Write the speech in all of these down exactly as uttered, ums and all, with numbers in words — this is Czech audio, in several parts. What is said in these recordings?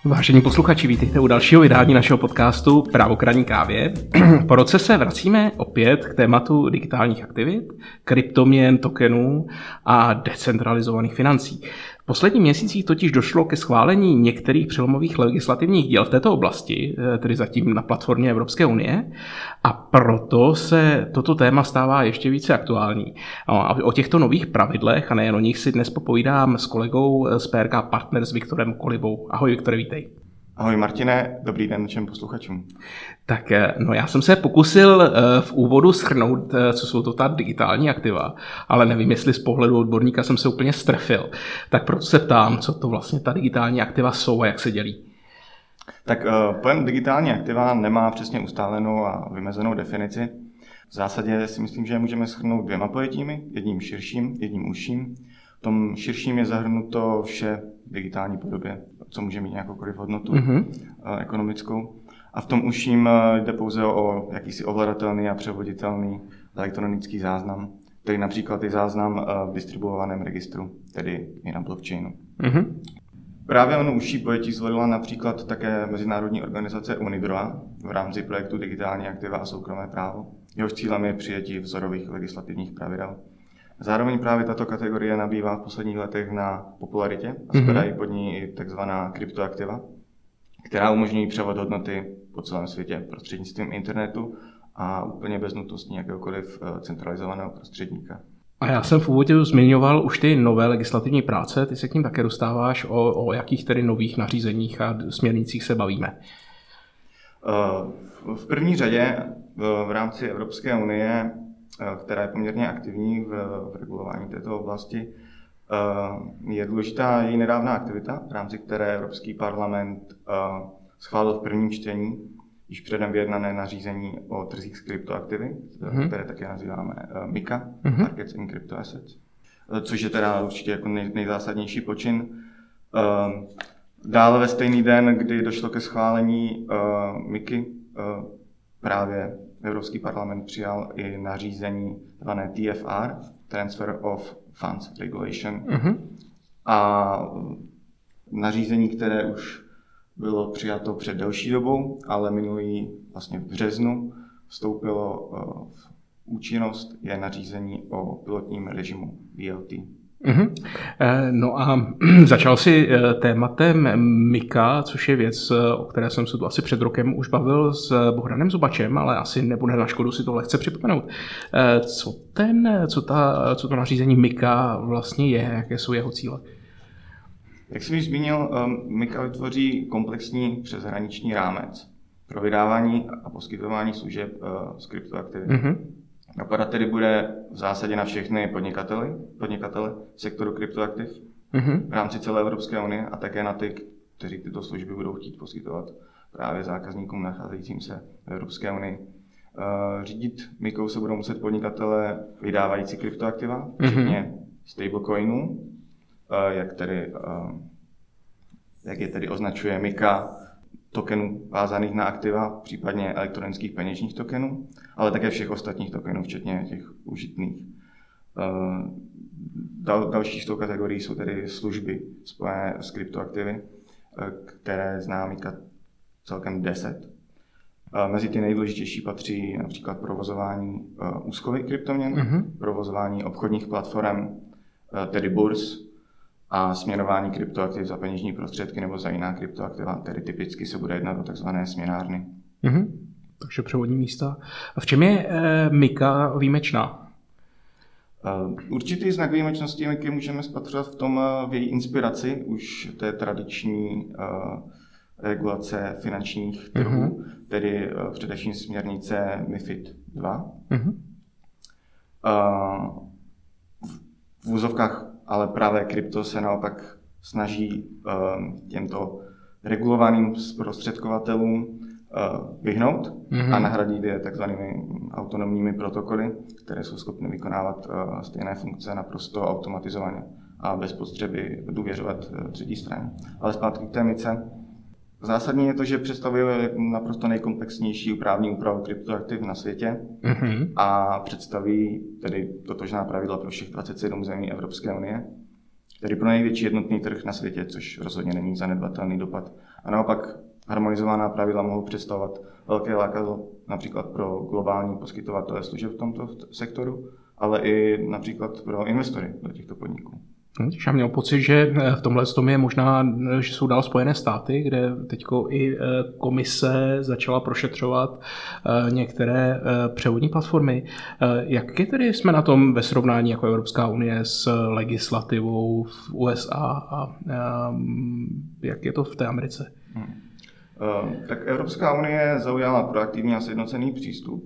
Vážení posluchači, vítejte u dalšího vydání našeho podcastu Právo k ranní kávě. Po roce se vracíme opět k tématu digitálních aktivit, kryptoměn, tokenů a decentralizovaných financí. V posledních měsících totiž došlo ke schválení některých přelomových legislativních děl v této oblasti, tedy zatím na platformě Evropské unie, a proto se toto téma stává ještě více aktuální. A o těchto nových pravidlech, a nejen o nich, si dnes popovídám s kolegou z P R K Partners Viktorem Kolibou. Ahoj, Viktore, vítej. Ahoj Martine, dobrý den všem posluchačům. Tak no já jsem se pokusil v úvodu shrnout, co jsou to ta digitální aktiva, ale nevím, jestli z pohledu odborníka jsem se úplně strefil. Tak proto se ptám, co to vlastně ta digitální aktiva jsou a jak se dělí. Tak pojem digitální aktiva nemá přesně ustálenou a vymezenou definici. V zásadě si myslím, že je můžeme shrnout dvěma pojetími, jedním širším, jedním užším. V tom širším je zahrnuto vše v digitální podobě, co může mít nějakoukoliv hodnotu mm-hmm. ekonomickou. A v tom užším jde pouze o jakýsi ovladatelný a převoditelný elektronický záznam, který například je záznam v distribuovaném registru, tedy i na blockchainu. Mm-hmm. Právě ono užší pojetí zvolila například také mezinárodní organizace UNIDROIT v rámci projektu Digitální aktiva a soukromé právo. Jehož cílem je přijetí vzorových legislativních pravidel. Zároveň právě tato kategorie nabývá v posledních letech na popularitě a spadají pod ní i takzvaná kryptoaktiva, která umožňují převod hodnoty po celém světě prostřednictvím internetu a úplně bez nutnosti jakéhokoliv centralizovaného prostředníka. A já jsem v úvodu zmiňoval už ty nové legislativní práce, ty se k ním také dostáváš, o, o jakých tedy nových nařízeních a směrnicích se bavíme? V první řadě v rámci Evropské unie, která je poměrně aktivní v, v regulování této oblasti, je důležitá její nedávná aktivita, v rámci které Evropský parlament schválil v prvním čtení již předem vyjednané nařízení o trzích s kryptoaktivy, mm-hmm. které také nazýváme MiCA, mm-hmm. Markets in Crypto Assets, což je teda určitě jako nej, nejzásadnější počin. Dále ve stejný den, kdy došlo ke schválení MiCy, právě Evropský parlament přijal i nařízení zvané T F R, Transfer of Funds Regulation, mm-hmm. a nařízení, které už bylo přijato před delší dobou, ale minulý vlastně v březnu vstoupilo v účinnost, je nařízení o pilotním režimu V L T. Mm-hmm. No a začal si tématem MiCA, což je věc, o které jsem se tu asi před rokem už bavil s Bohdanem Zubačem, ale asi nebude na škodu si to lehce připomenout. Co, ten, co, ta, co to nařízení MiCA vlastně je, jaké jsou jeho cíle? Jak jsem již zmínil, MiCA vytvoří komplexní přeshraniční rámec pro vydávání a poskytování služeb z kryptoaktivy. Mm-hmm. Dopadat tedy bude v zásadě na všechny podnikatele, podnikatele sektoru kryptoaktiv mm-hmm. v rámci celé Evropské unie a také na ty, kteří tyto služby budou chtít poskytovat právě zákazníkům nacházejícím se v Evropské unii. Řídit MiCou se budou muset podnikatele vydávající kryptoaktiva, včetně mm-hmm. stablecoinů, jak, tedy, jak je tedy označuje MiCA, tokenů vázaných na aktiva, případně elektronických peněžních tokenů, ale také všech ostatních tokenů, včetně těch užitných. Dal, další z tou kategorií jsou tedy služby spojené s kryptoaktivy, které zná MiCA celkem deset. Mezi ty nejdůležitější patří například provozování úschovy kryptoměn, mm-hmm. provozování obchodních platform, tedy burz, a směrování kryptoaktiv za peněžní prostředky nebo za jiná kryptoaktiva, tedy typicky se bude jednat o takzvané směnárny. Mm-hmm. Takže převodní místa. A v čem je e, MiCA výjimečná? Uh, určitý znak výjimečnosti MiCy můžeme spatřovat v tom v její inspiraci už té tradiční uh, regulace finančních trhů, mm-hmm. tedy uh, především směrnice MiFID dva. Mm-hmm. Uh, v úzovkách ale právě krypto se naopak snaží uh, těmto regulovaným zprostředkovatelům uh, vyhnout mm-hmm. a nahradit je takzvanými autonomními protokoly, které jsou schopny vykonávat uh, stejné funkce naprosto automatizovaně a bez potřeby důvěřovat uh, třetí straně. Ale zpátky k té MiCe. Zásadní je to, že představuje naprosto nejkomplexnější právní úpravu kryptoaktiv na světě mm-hmm. a představí tedy totožná pravidla pro všech dvacet sedm zemí Evropské unie, tedy pro největší jednotný trh na světě, což rozhodně není zanedbatelný dopad. A naopak harmonizovaná pravidla mohou představovat velké lákadlo například pro globální poskytovatele služeb v tomto sektoru, ale i například pro investory do těchto podniků. Já měl pocit, že v tomhle tom je možná, že jsou dál Spojené státy, kde teďko i komise začala prošetřovat některé převodní platformy. Jak je tedy jsme na tom ve srovnání jako Evropská unie s legislativou v U S A a jak je to v té Americe? Hmm. Tak Evropská unie zaujala proaktivní a sjednocený přístup,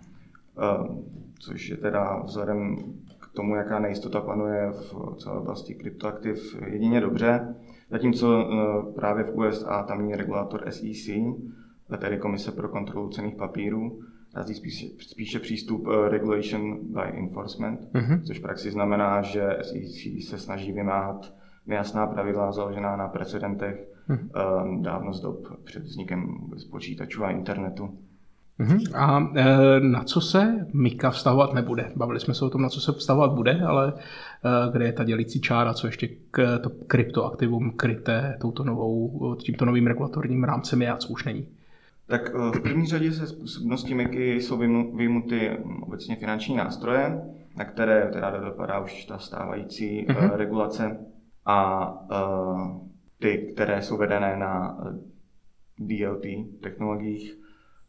což je teda vzhledem k tomu, jaká nejistota panuje v celé oblasti kryptoaktiv, jedině dobře. Zatímco právě v U S A tamní regulátor S E C, tedy Komise pro kontrolu cenných papírů, razí spíše, spíše přístup regulation by enforcement, mm-hmm. což v praxi znamená, že S E C se snaží vymáhat nejasná pravidla založená na precedentech mm-hmm. dávno z dob před vznikem počítačů a internetu. Uhum. A e, na co se MiCA vztahovat nebude? Bavili jsme se o tom, na co se vztahovat bude, ale e, kde je ta dělící čára, co ještě k, to kryptoaktivum kryté touto novou, tímto novým regulatorním rámcem je a co už není? Tak v první řadě ze způsobnosti MiCA jsou vyjmuty obecně finanční nástroje, na které teda dopadá už ta stávající uhum. regulace a e, ty, které jsou vedené na D L T technologiích,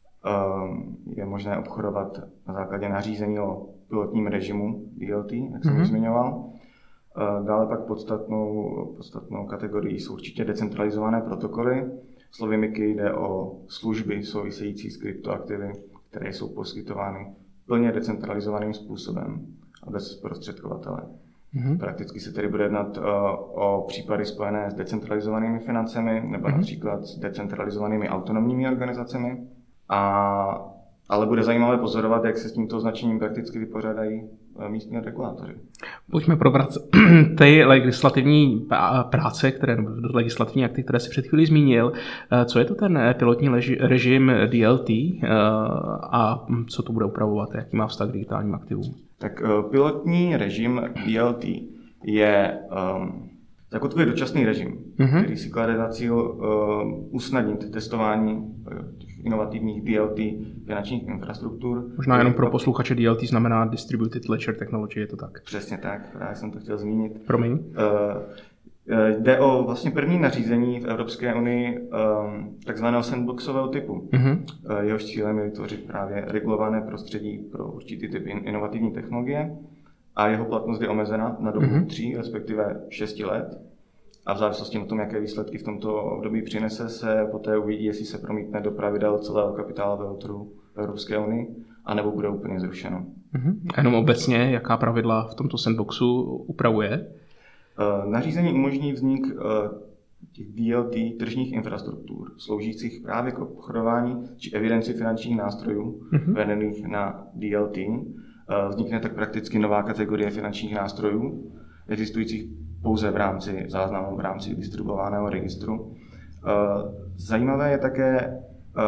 je možné obchodovat na základě nařízení o pilotním režimu D L T, jak jsem mm-hmm. už zmiňoval. Dále pak podstatnou, podstatnou kategorii jsou určitě decentralizované protokoly. Slovy MiCA jde o služby související s kryptoaktivy, které jsou poskytovány plně decentralizovaným způsobem a bez zprostředkovatele. Mm-hmm. Prakticky se tedy bude jednat uh, o případy spojené s decentralizovanými financemi nebo mm-hmm. například s decentralizovanými autonomními organizacemi. A, ale bude zajímavé pozorovat, jak se s tímto označením prakticky vypořádají místní regulátoři. Pojďme probrat ty legislativní práce, které, legislativní akty, které si před chvílí zmínil. Co je to ten pilotní režim D L T a co to bude upravovat, jaký má vztah k digitálním aktivům? Tak pilotní režim D L T je um, zakotvuje dočasný režim, mm-hmm. který si klade za cíl uh, usnadnit testování uh, inovativních D L T finančních infrastruktur. Možná jenom pro posluchače D L T znamená Distributed Ledger Technology, je to tak? Přesně tak, já jsem to chtěl zmínit. Promiň. Uh, uh, jde o vlastně první nařízení v Evropské unii um, takzvaného sandboxového typu. Mm-hmm. Uh, jehož cílem je vytvořit právě regulované prostředí pro určitý typ inovativní technologie. A jeho platnost je omezena na dobu mm-hmm. tří, respektive šesti let. A v závislosti na tom, jaké výsledky v tomto období přinese, se poté uvidí, jestli se promítne do pravidel celého kapitálového trhu v Evropské unii, anebo bude úplně zrušeno. Mm-hmm. Jenom obecně, jaká pravidla v tomto sandboxu upravuje? Uh, nařízení umožní vznik uh, těch D L T tržních infrastruktur, sloužících právě k obchodování či evidenci finančních nástrojů mm-hmm. vedených na D L T. Vznikne tak prakticky nová kategorie finančních nástrojů, existujících pouze v rámci záznamu, v rámci distribuovaného registru. Zajímavé je také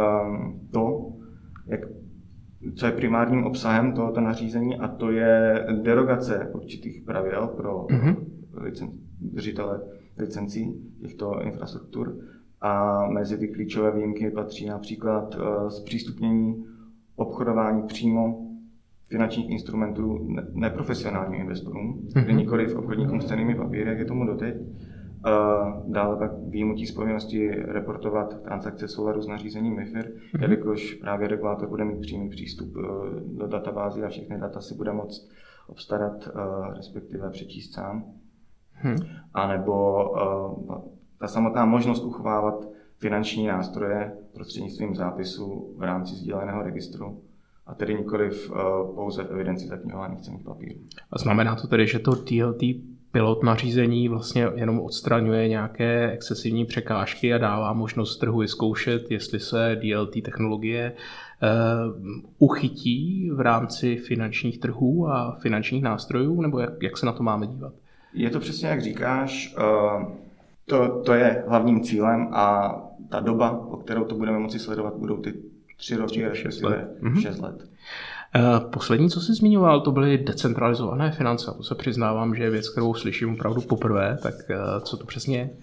to, jak, co je primárním obsahem tohoto nařízení, a to je derogace určitých pravidel pro mm-hmm. licen, držitele licencí těchto infrastruktur. A mezi ty klíčové výjimky patří například zpřístupnění obchodování přímo finančních instrumentů neprofesionálním investorům, tedy nikoliv obchodníkům s cennými papíry, jak je tomu doteď. Dále pak výjimutí z povinnosti reportovat transakce v souladu s nařízením MiFIR, jelikož právě regulátor bude mít přímý přístup do databázy a všechny data si bude moct obstarat, respektive přečíst sám. Hmm. A nebo ta samotná možnost uchovávat finanční nástroje prostřednictvím zápisu v rámci sdíleného registru, a tedy nikoliv uh, pouze v evidenci zaknihovaných cenných papírů. A znamená to tedy, že to D L T pilot nařízení vlastně jenom odstraňuje nějaké excesivní překážky a dává možnost trhu vyzkoušet, jestli se D L T technologie uh, uchytí v rámci finančních trhů a finančních nástrojů, nebo jak, jak se na to máme dívat? Je to přesně, jak říkáš. Uh, to, to je hlavním cílem a ta doba, po kterou to budeme moci sledovat, budou ty Tři roky, šest let. šest let. Poslední, co jsi zmiňoval, to byly decentralizované finance. A to se přiznávám, že je věc, kterou slyším opravdu poprvé. Tak co to přesně je?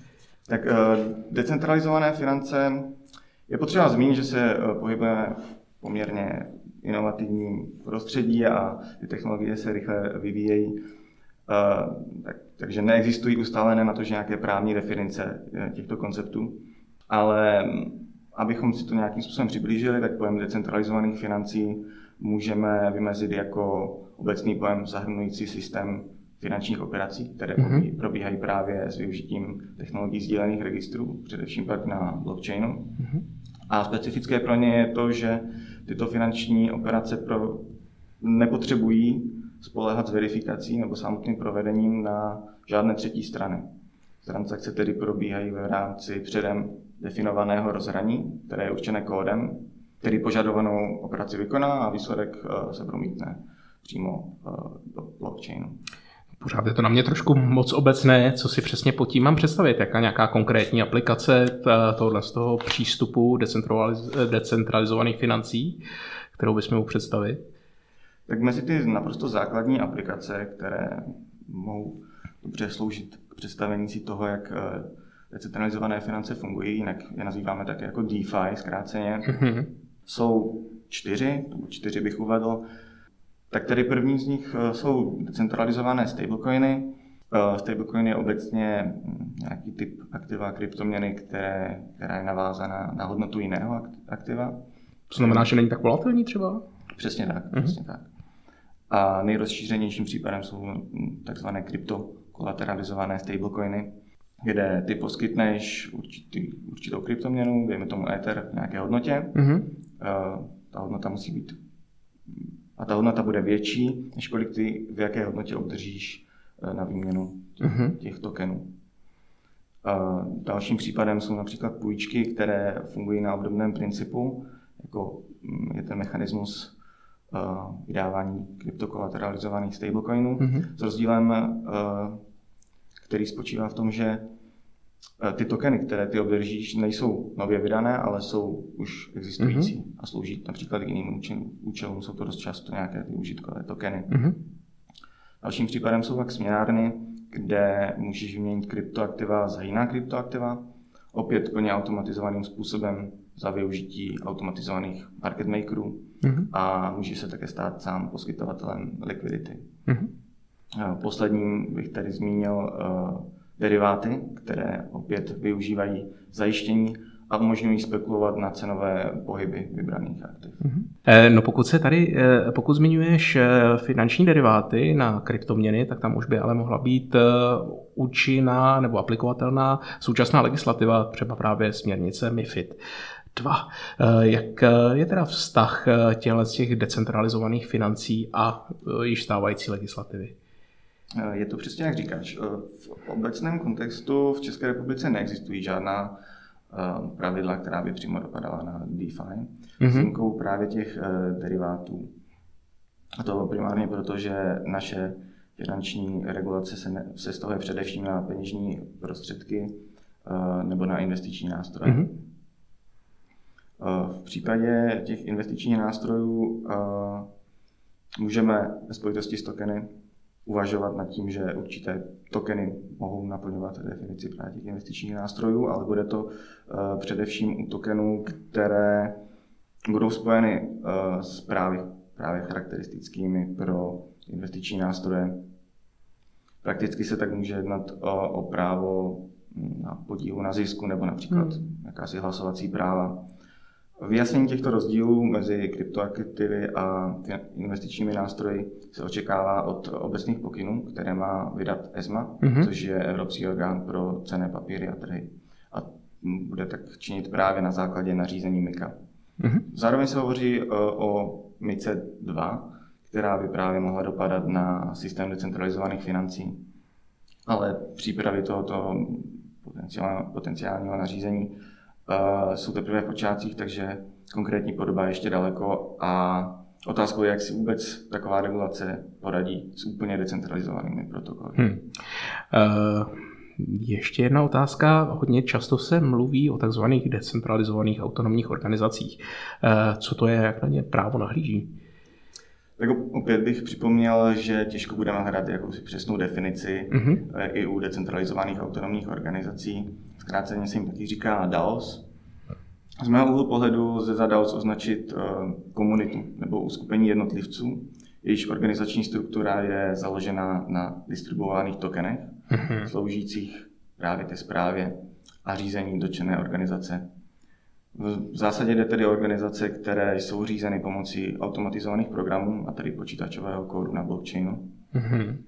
Tak decentralizované finance je potřeba zmínit, že se pohybujeme v poměrně inovativním prostředí a ty technologie se rychle vyvíjejí. Tak, takže neexistují ustálené na to, že nějaké právní definice těchto konceptů. Ale abychom si to nějakým způsobem přiblížili, tak pojem decentralizovaných financí můžeme vymezit jako obecný pojem zahrnující systém finančních operací, které mm-hmm. probíhají právě s využitím technologií sdílených registrů, především pak na blockchainu. Mm-hmm. A specifické pro ně je to, že tyto finanční operace pro nepotřebují spoléhat s verifikací nebo samotným provedením na žádné třetí strany. Transakce tedy probíhají v rámci předem definovaného rozhraní, které je určené kódem, který požadovanou operaci vykoná a výsledek se promítne přímo do blockchainu. Pořád je to na mě trošku moc obecné, co si přesně pod tím mám představit, jaká nějaká konkrétní aplikace tohle z toho přístupu decentraliz- decentralizovaných financí, kterou bychom mohli představit. Tak mezi ty naprosto základní aplikace, které mohou dobře sloužit k představení si toho, jak decentralizované finance fungují, jinak je nazýváme také jako DeFi zkráceně, mm-hmm. jsou čtyři, nebo čtyři bych uvedl. Tak tedy první z nich jsou decentralizované stablecoiny. Stablecoin je obecně nějaký typ aktiva kryptoměny, které, která je navázaná na hodnotu jiného aktiva. To znamená, že není tak volatilní třeba? Přesně tak, mm-hmm. přesně tak. A nejrozšířenějším případem jsou takzvané kryptokolateralizované stablecoiny, kde ty poskytneš určitý, určitou kryptoměnu, dejme tomu Ether v nějaké hodnotě. Mm-hmm. Ta hodnota musí být a ta hodnota bude větší, než kolik ty v jaké hodnotě obdržíš na výměnu těch, mm-hmm. těch tokenů. A dalším případem jsou například půjčky, které fungují na obdobném principu, jako je ten mechanismus vydávání kryptokolateralizovaných stablecoinů, mm-hmm. s rozdílem, který spočívá v tom, že ty tokeny, které ty obdržíš, nejsou nově vydané, ale jsou už existující mm-hmm. a slouží například k jiným účelům. Jsou to dost často nějaké ty užitkové tokeny. Mm-hmm. Dalším případem jsou pak směnárny, kde můžeš vyměnit kryptoaktiva za jiná kryptoaktiva, opět plně automatizovaným způsobem za využití automatizovaných market makerů mm-hmm. a může se také stát sám poskytovatelem likvidity. Mm-hmm. Posledním bych tady zmínil uh, deriváty, které opět využívají zajištění a umožňují spekulovat na cenové pohyby vybraných aktiv. Mm-hmm. No pokud se tady, pokud zmiňuješ finanční deriváty na kryptoměny, tak tam už by ale mohla být účinná nebo aplikovatelná současná legislativa, třeba právě směrnice MiFID dva. Jak je teda vztah těch decentralizovaných financí a již stávající legislativy? Je to přesně jak říkáš. V obecném kontextu v České republice neexistují žádná pravidla, která by přímo dopadala na DeFi, mm-hmm. s výjimkou právě těch derivátů. A to primárně proto, že naše finanční regulace se, ne, se stahuje především na peněžní prostředky nebo na investiční nástroje. Mm-hmm. V případě těch investičních nástrojů můžeme ve spojitosti s tokeny uvažovat nad tím, že určité tokeny mohou naplňovat definici právě těch investičních nástrojů, ale bude to uh, především u tokenů, které budou spojeny uh, s právě, právě charakteristickými pro investiční nástroje. Prakticky se tak může jednat o, o právo na podílu na zisku nebo například hmm. jakási hlasovací práva. Vyjasnění těchto rozdílů mezi kryptoaktivy a investičními nástroji se očekává od obecných pokynů, které má vydat ESMA, mm-hmm. což je Evropský orgán pro cenné papíry a trhy. A bude tak činit právě na základě nařízení MiCA. Mm-hmm. Zároveň se hovoří o MiCE dva, která by právě mohla dopadat na systém decentralizovaných financí. Ale přípravy tohoto potenciálního nařízení Uh, jsou teprve v počátcích, takže konkrétní podoba je ještě daleko a otázkou je, jak si vůbec taková regulace poradí s úplně decentralizovanými protokoly. Hmm. Uh, ještě jedna otázka. Hodně často se mluví o takzvaných decentralizovaných autonomních organizacích. Uh, co to je, jak na ně právo nahlíží? Tak opět bych připomněl, že těžko budeme hledat jakousi přesnou definici mm-hmm. i u decentralizovaných autonomních organizací. zkráceně se jim taky říká D A O S. Z mého úhlu pohledu lze za D A O S označit komunitu nebo uskupení jednotlivců, jejíž organizační struktura je založena na distribuovaných tokenech, mm-hmm. sloužících právě ke správě a řízení dotčené organizace. V zásadě jde tedy o organizace, které jsou řízeny pomocí automatizovaných programů, a tedy počítačového kódu na blockchainu. Mm-hmm.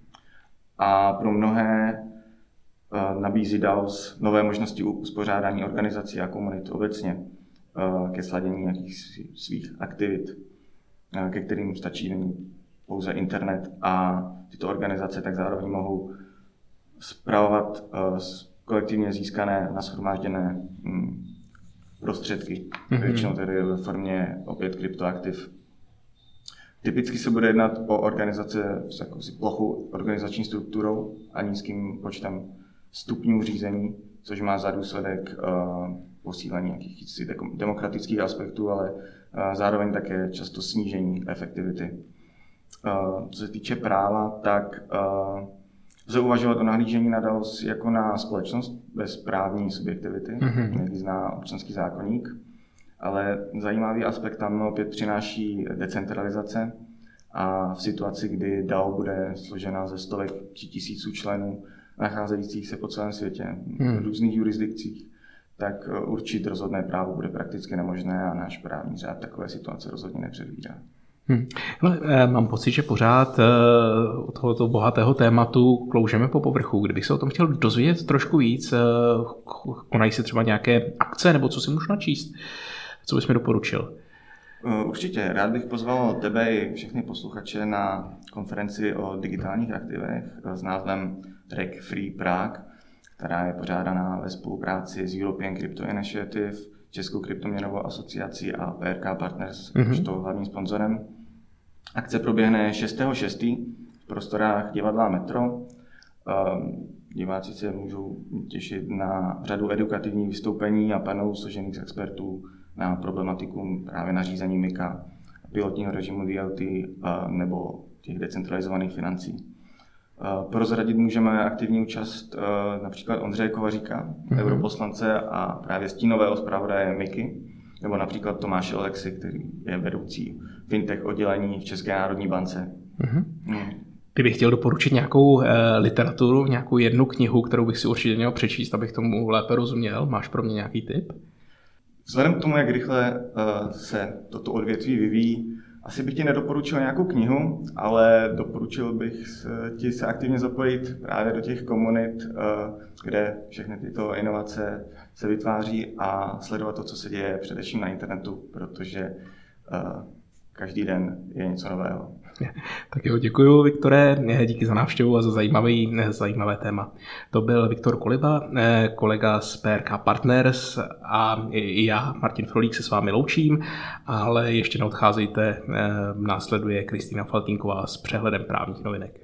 A pro mnohé uh, nabízí D A O S nové možnosti uspořádání organizací a komunit obecně uh, ke sladění nějakých svých aktivit, uh, ke kterým stačí pouze internet, a tyto organizace tak zároveň mohou spravovat uh, kolektivně získané, nashromážděné um, prostředky, mm-hmm. většinou tedy ve formě opět kryptoaktiv. Typicky se bude jednat o organizace s jakousi plochou organizační strukturou a nízkým počtem stupňů řízení, což má za důsledek uh, posílení nějakých demokratických aspektů, ale uh, zároveň také často snížení efektivity. Uh, co se týče práva, tak uh, lze uvažovat o nahlížení na D A O S jako na společnost bez právní subjektivity, mm-hmm. jak zná občanský zákoník, ale zajímavý aspekt tam opět přináší decentralizace, a v situaci, kdy D A O bude složena ze stovek či tisíců členů nacházejících se po celém světě mm. v různých jurisdikcích, tak určit rozhodné právo bude prakticky nemožné a náš právní řád takové situace rozhodně nepředvídá. Hmm. Ale, mám pocit, že pořád od tohoto bohatého tématu kloužeme po povrchu. Kdybych se o tom chtěl dozvědět trošku víc, konají se třeba nějaké akce, nebo co si můžu načíst? Co bys mi doporučil? Určitě. Rád bych pozval tebe i všechny posluchače na konferenci o digitálních aktivech s názvem Track Free Prague, která je pořádaná ve spolupráci s European Crypto Initiative, Českou kryptoměnovou asociací a P R K Partners, mm-hmm. už to hlavním sponzorem. Akce proběhne šestého šestého v prostorách divadla Metro. Diváci se můžou těšit na řadu edukativních vystoupení a panelů složených z expertů na problematiku právě nařízení M I C A, pilotního režimu D L T nebo těch decentralizovaných financí. Prozradit můžeme aktivní účast například Ondřeje Kovaříka, mm-hmm. europoslance a právě stínového zpravodaje M I C I, nebo například Tomáše Olexy, který je vedoucí fintech oddělení v České národní bance. Mm-hmm. Mm. Kdybych chtěl doporučit nějakou e, literaturu, nějakou jednu knihu, kterou bych si určitě měl přečíst, abych tomu lépe rozuměl, máš pro mě nějaký tip? Vzhledem k tomu, jak rychle uh, se toto odvětví vyvíjí, asi bych ti nedoporučil nějakou knihu, ale doporučil bych ti se aktivně zapojit právě do těch komunit, uh, kde všechny tyto inovace se vytváří, a sledovat to, co se děje především na internetu, protože uh, každý den je něco nového. Tak jo, děkuji, Viktore, díky za návštěvu a za zajímavý, zajímavé téma. To byl Viktor Koliba, kolega z P R K Partners, a i já, Martin Frolík, se s vámi loučím, ale ještě neodcházejte, následuje Kristýna Faltínková s přehledem právních novinek.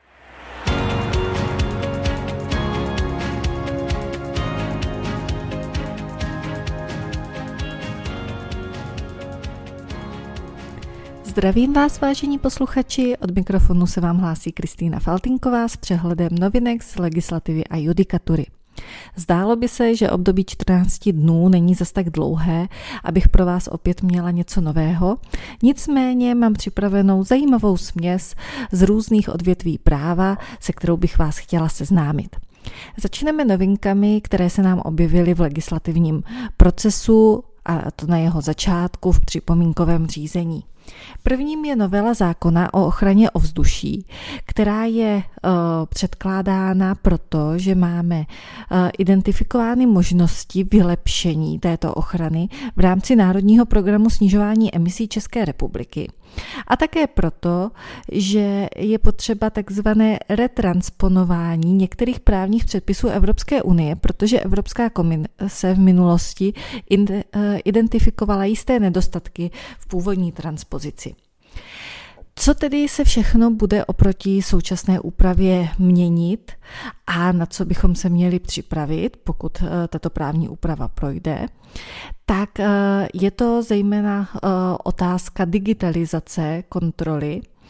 Zdravím vás, vážení posluchači, od mikrofonu se vám hlásí Kristýna Faltínková s přehledem novinek z legislativy a judikatury. Zdálo by se, že období čtrnáct dnů není zas tak dlouhé, abych pro vás opět měla něco nového. Nicméně mám připravenou zajímavou směs z různých odvětví práva, se kterou bych vás chtěla seznámit. Začneme novinkami, které se nám objevily v legislativním procesu, a to na jeho začátku v připomínkovém řízení. Prvním je novela zákona o ochraně ovzduší, která je uh, předkládána proto, že máme uh, identifikovány možnosti vylepšení této ochrany v rámci Národního programu snižování emisí České republiky. A také proto, že je potřeba takzvané retransponování některých právních předpisů Evropské unie, protože Evropská komise v minulosti identifikovala jisté nedostatky v původní transpozici. Co tedy se všechno bude oproti současné úpravě měnit a na co bychom se měli připravit, pokud tato právní úprava projde, tak je to zejména otázka digitalizace kontroly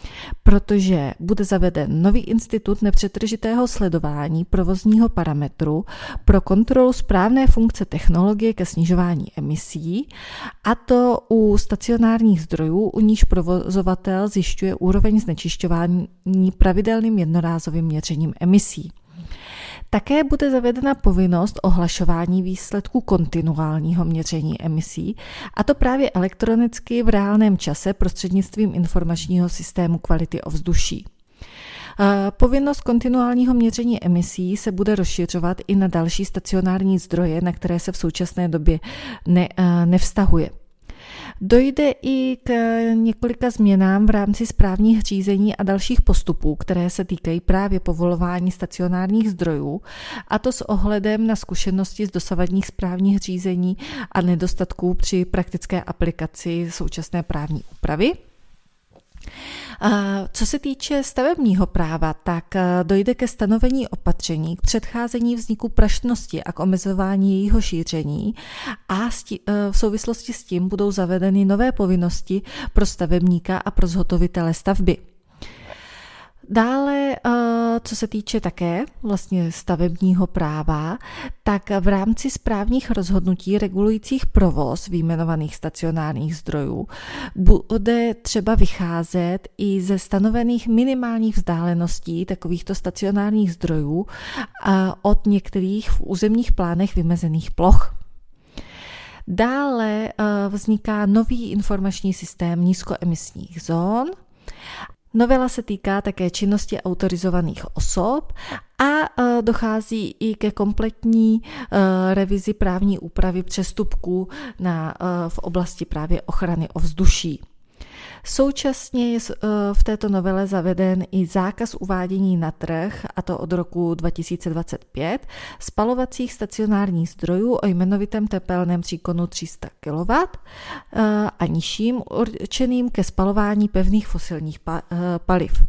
protože bude zaveden nový institut nepřetržitého sledování provozního parametru pro kontrolu správné funkce technologie ke snižování emisí, a to u stacionárních zdrojů, u níž provozovatel zjišťuje úroveň znečišťování pravidelným jednorázovým měřením emisí. Také bude zavedena povinnost ohlašování výsledků kontinuálního měření emisí, a to právě elektronicky v reálném čase prostřednictvím informačního systému kvality ovzduší. Povinnost kontinuálního měření emisí se bude rozšiřovat i na další stacionární zdroje, na které se v současné době ne, nevztahuje. Dojde i k několika změnám v rámci správních řízení a dalších postupů, které se týkají právě povolování stacionárních zdrojů, a to s ohledem na zkušenosti z dosavadních správních řízení a nedostatků při praktické aplikaci současné právní úpravy. Co se týče stavebního práva, tak dojde ke stanovení opatření k předcházení vzniku prašnosti a k omezování jejího šíření, a v souvislosti s tím budou zavedeny nové povinnosti pro stavebníka a pro zhotovitele stavby. Dále, co se týče také vlastně stavebního práva, tak v rámci správních rozhodnutí regulujících provoz vyjmenovaných stacionárních zdrojů bude třeba vycházet i ze stanovených minimálních vzdáleností takovýchto stacionárních zdrojů od některých v územních plánech vymezených ploch. Dále vzniká nový informační systém nízkoemisních zón. Novela se týká také činnosti autorizovaných osob a dochází i ke kompletní revizi právní úpravy přestupků na, v oblasti právě ochrany ovzduší. Současně je v této novele zaveden i zákaz uvádění na trh, a to od roku dva tisíce dvacet pět, spalovacích stacionárních zdrojů o jmenovitém tepelném příkonu tři sta kilowattů a nižším, určeným ke spalování pevných fosilních paliv.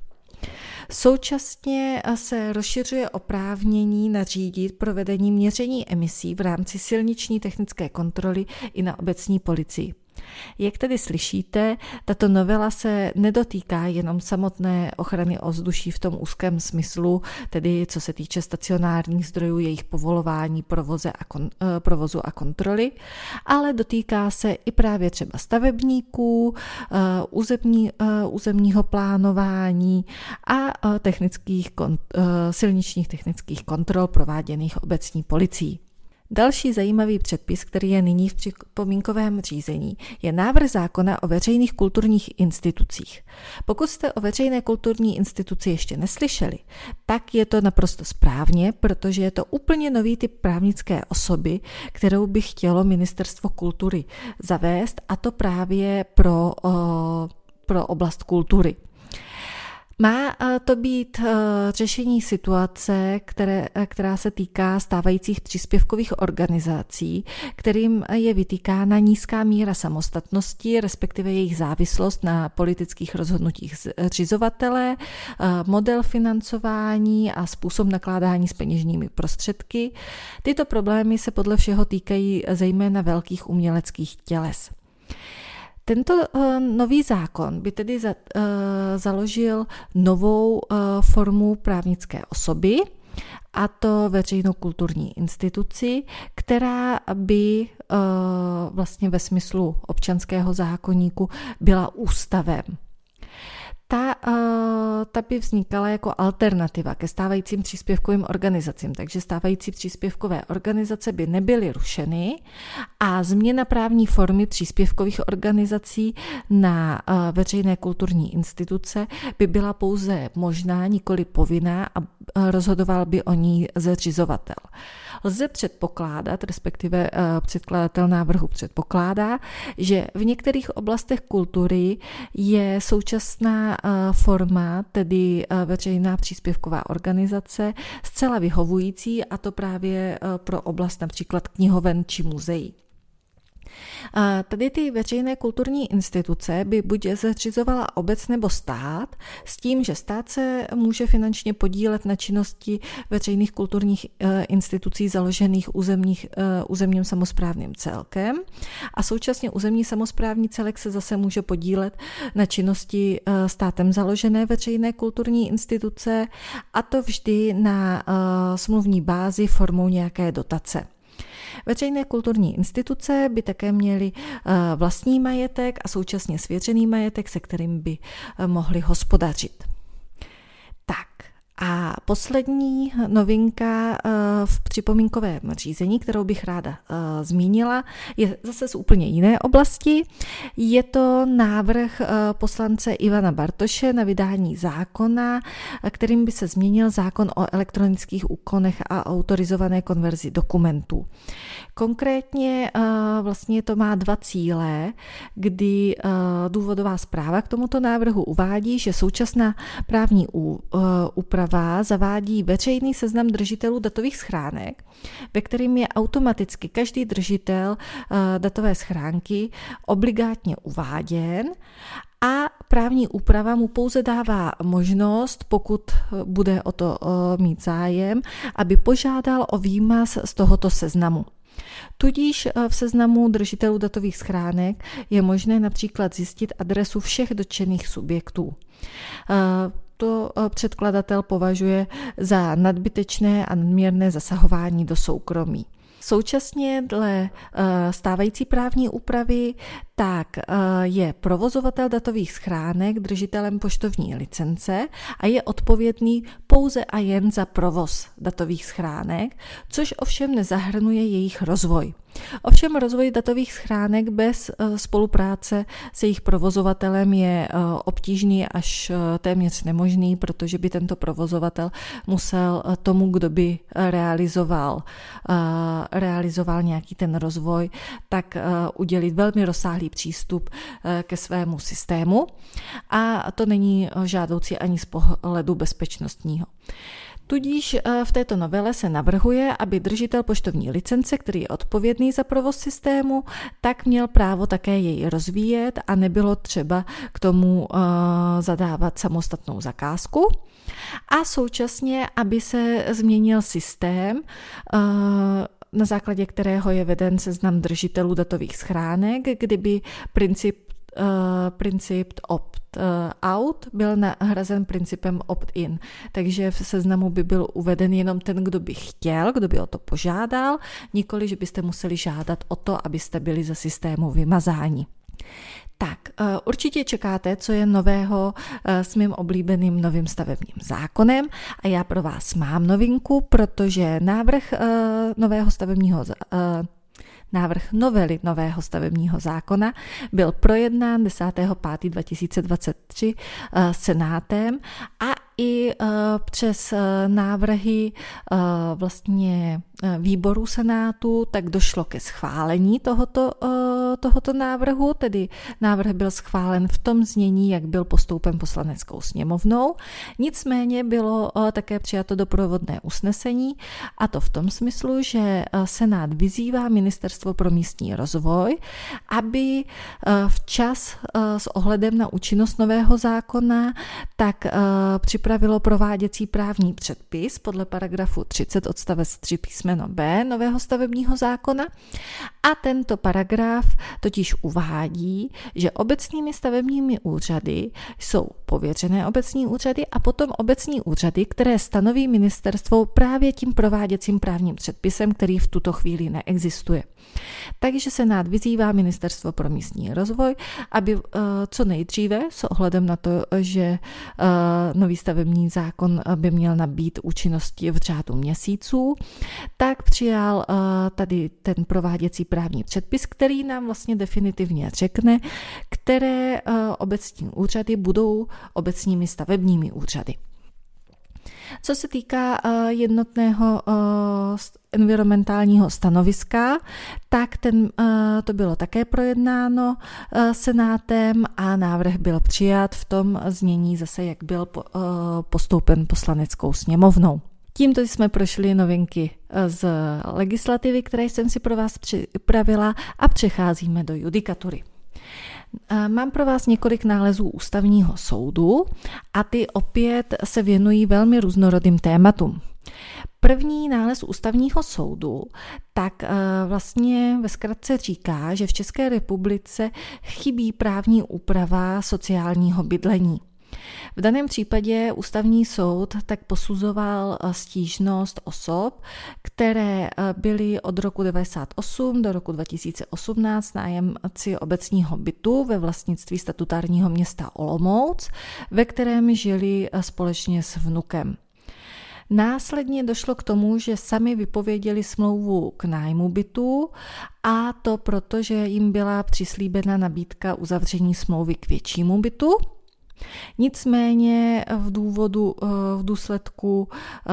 Současně se rozšiřuje oprávnění nařídit provedení měření emisí v rámci silniční technické kontroly i na obecní policii. Jak tedy slyšíte, tato novela se nedotýká jenom samotné ochrany ovzduší v tom úzkém smyslu, tedy co se týče stacionárních zdrojů, jejich povolování, provoze a kon, provozu a kontroly, ale dotýká se i právě třeba stavebníků, územní, územního plánování a technických, silničních technických kontrol prováděných obecní policií. Další zajímavý předpis, který je nyní v připomínkovém řízení, je návrh zákona o veřejných kulturních institucích. Pokud jste o veřejné kulturní instituci ještě neslyšeli, tak je to naprosto správně, protože je to úplně nový typ právnické osoby, kterou by chtělo Ministerstvo kultury zavést, a to právě pro, pro oblast kultury. Má to být řešení situace, které, která se týká stávajících příspěvkových organizací, kterým je vytýkána nízká míra samostatnosti, respektive jejich závislost na politických rozhodnutích zřizovatele, model financování a způsob nakládání s peněžními prostředky. Tyto problémy se podle všeho týkají zejména velkých uměleckých těles. Tento uh, nový zákon by tedy za, uh, založil novou uh, formu právnické osoby, a to veřejnou kulturní instituci, která by uh, vlastně ve smyslu občanského zákoníku byla ústavem. Ta, ta by vznikala jako alternativa ke stávajícím příspěvkovým organizacím, takže stávající příspěvkové organizace by nebyly rušeny a změna právní formy příspěvkových organizací na veřejné kulturní instituce by byla pouze možná, nikoli povinná, a rozhodoval by o ní zřizovatel. Lze předpokládat, respektive předkladatel návrhu předpokládá, že v některých oblastech kultury je současná forma, tedy veřejná příspěvková organizace, zcela vyhovující, a to právě pro oblast například knihoven či muzeí. Tady ty veřejné kulturní instituce by buď zřizovala obec nebo stát, s tím, že stát se může finančně podílet na činnosti veřejných kulturních institucí založených územních, územním samosprávným celkem a současně územní samosprávní celek se zase může podílet na činnosti státem založené veřejné kulturní instituce, a to vždy na smluvní bázi formou nějaké dotace. Veřejné kulturní instituce by také měly vlastní majetek a současně svěřený majetek, se kterým by mohly hospodařit. Tak a poslední novinka v připomínkovém řízení, kterou bych ráda zmínila, je zase z úplně jiné oblasti. Je to návrh poslance Ivana Bartoše na vydání zákona, kterým by se změnil zákon o elektronických úkonech a autorizované konverzi dokumentů. Konkrétně vlastně to má dva cíle, kdy důvodová zpráva k tomuto návrhu uvádí, že současná právní úprava zavádí veřejný seznam držitelů datových schránek, ve kterým je automaticky každý držitel datové schránky obligátně uváděn a právní úprava mu pouze dává možnost, pokud bude o to mít zájem, aby požádal o výmaz z tohoto seznamu. Tudíž v seznamu držitelů datových schránek je možné například zjistit adresu všech dotčených subjektů. To předkladatel považuje za nadbytečné a nadměrné zasahování do soukromí. Současně dle stávající právní úpravy tak je provozovatel datových schránek držitelem poštovní licence a je odpovědný pouze a jen za provoz datových schránek, což ovšem nezahrnuje jejich rozvoj. Ovšem rozvoj datových schránek bez spolupráce s jejich provozovatelem je obtížný až téměř nemožný, protože by tento provozovatel musel tomu, kdo by realizoval, realizoval nějaký ten rozvoj, tak udělit velmi rozsáhlý přístup ke svému systému a to není žádoucí ani z pohledu bezpečnostního. Tudíž v této novele se navrhuje, aby držitel poštovní licence, který je odpovědný za provoz systému, tak měl právo také jej rozvíjet a nebylo třeba k tomu zadávat samostatnou zakázku. A současně, aby se změnil systém, na základě kterého je veden seznam držitelů datových schránek, kdyby princip Uh, princip opt-out byl nahrazen principem opt-in. Takže v seznamu by byl uveden jenom ten, kdo by chtěl, kdo by o to požádal, nikoli, že byste museli žádat o to, abyste byli ze systému vymazáni. Tak, určitě čekáte, co je nového s mým oblíbeným novým stavebním zákonem a já pro vás mám novinku, protože návrh nového stavebního Návrh novely nového stavebního zákona byl projednán desátého pátého dva tisíce dvacet tři Senátem a i přes návrhy vlastně výboru Senátu tak došlo ke schválení tohoto, tohoto návrhu, tedy návrh byl schválen v tom znění, jak byl postoupen Poslaneckou sněmovnou. Nicméně bylo také přijato doprovodné usnesení a to v tom smyslu, že Senát vyzývá Ministerstvo pro místní rozvoj, aby včas s ohledem na účinnost nového zákona tak připravilo prováděcí právní předpis podle paragrafu třicet odstavec tři písmeno B nového stavebního zákona a tento paragraf totiž uvádí, že obecními stavebními úřady jsou pověřené obecní úřady a potom obecní úřady, které stanoví ministerstvo právě tím prováděcím právním předpisem, který v tuto chvíli neexistuje. Takže Senát vyzývá Ministerstvo pro místní rozvoj, aby co nejdříve s ohledem na to, že nový stavební zákon by měl nabýt účinnosti v řádu měsíců, tak přijal tady ten prováděcí právní předpis, který nám vlastně definitivně řekne, které obecní úřady budou obecními stavebními úřady. Co se týká jednotného environmentálního stanoviska, tak ten, to bylo také projednáno Senátem a návrh byl přijat v tom znění zase, jak byl postoupen Poslaneckou sněmovnou. Tímto jsme prošli novinky z legislativy, které jsem si pro vás připravila, a přecházíme do judikatury. Mám pro vás několik nálezů ústavního soudu a ty opět se věnují velmi různorodým tématům. První nález ústavního soudu tak vlastně ve zkratce říká, že v České republice chybí právní úprava sociálního bydlení. V daném případě ústavní soud tak posuzoval stížnost osob, které byly od roku devadesát osm do roku dva tisíce osmnáct nájemci obecního bytu ve vlastnictví statutárního města Olomouc, ve kterém žili společně s vnukem. Následně došlo k tomu, že sami vypověděli smlouvu k nájmu bytu, a to proto, že jim byla přislíbena nabídka uzavření smlouvy k většímu bytu. Nicméně v důvodu, v důsledku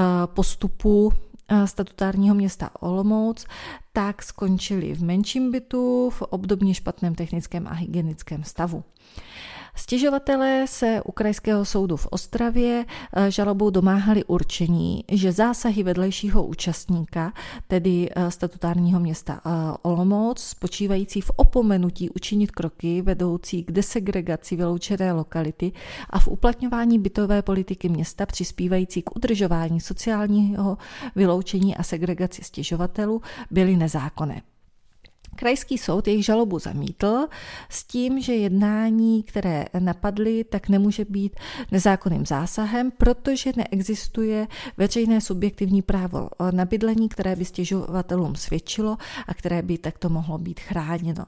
postupu statutárního města Olomouc tak skončili v menším bytu v obdobně špatném technickém a hygienickém stavu. Stěžovatelé se u Krajského soudu v Ostravě žalobou domáhali určení, že zásahy vedlejšího účastníka, tedy statutárního města Olomouc, spočívající v opomenutí učinit kroky vedoucí k desegregaci vyloučené lokality a v uplatňování bytové politiky města přispívající k udržování sociálního vyloučení a segregaci stěžovatelů, byly nezákonné. Krajský soud jejich žalobu zamítl s tím, že jednání, které napadly, tak nemůže být nezákonným zásahem, protože neexistuje veřejné subjektivní právo na bydlení, které by stěžovatelům svědčilo a které by takto mohlo být chráněno.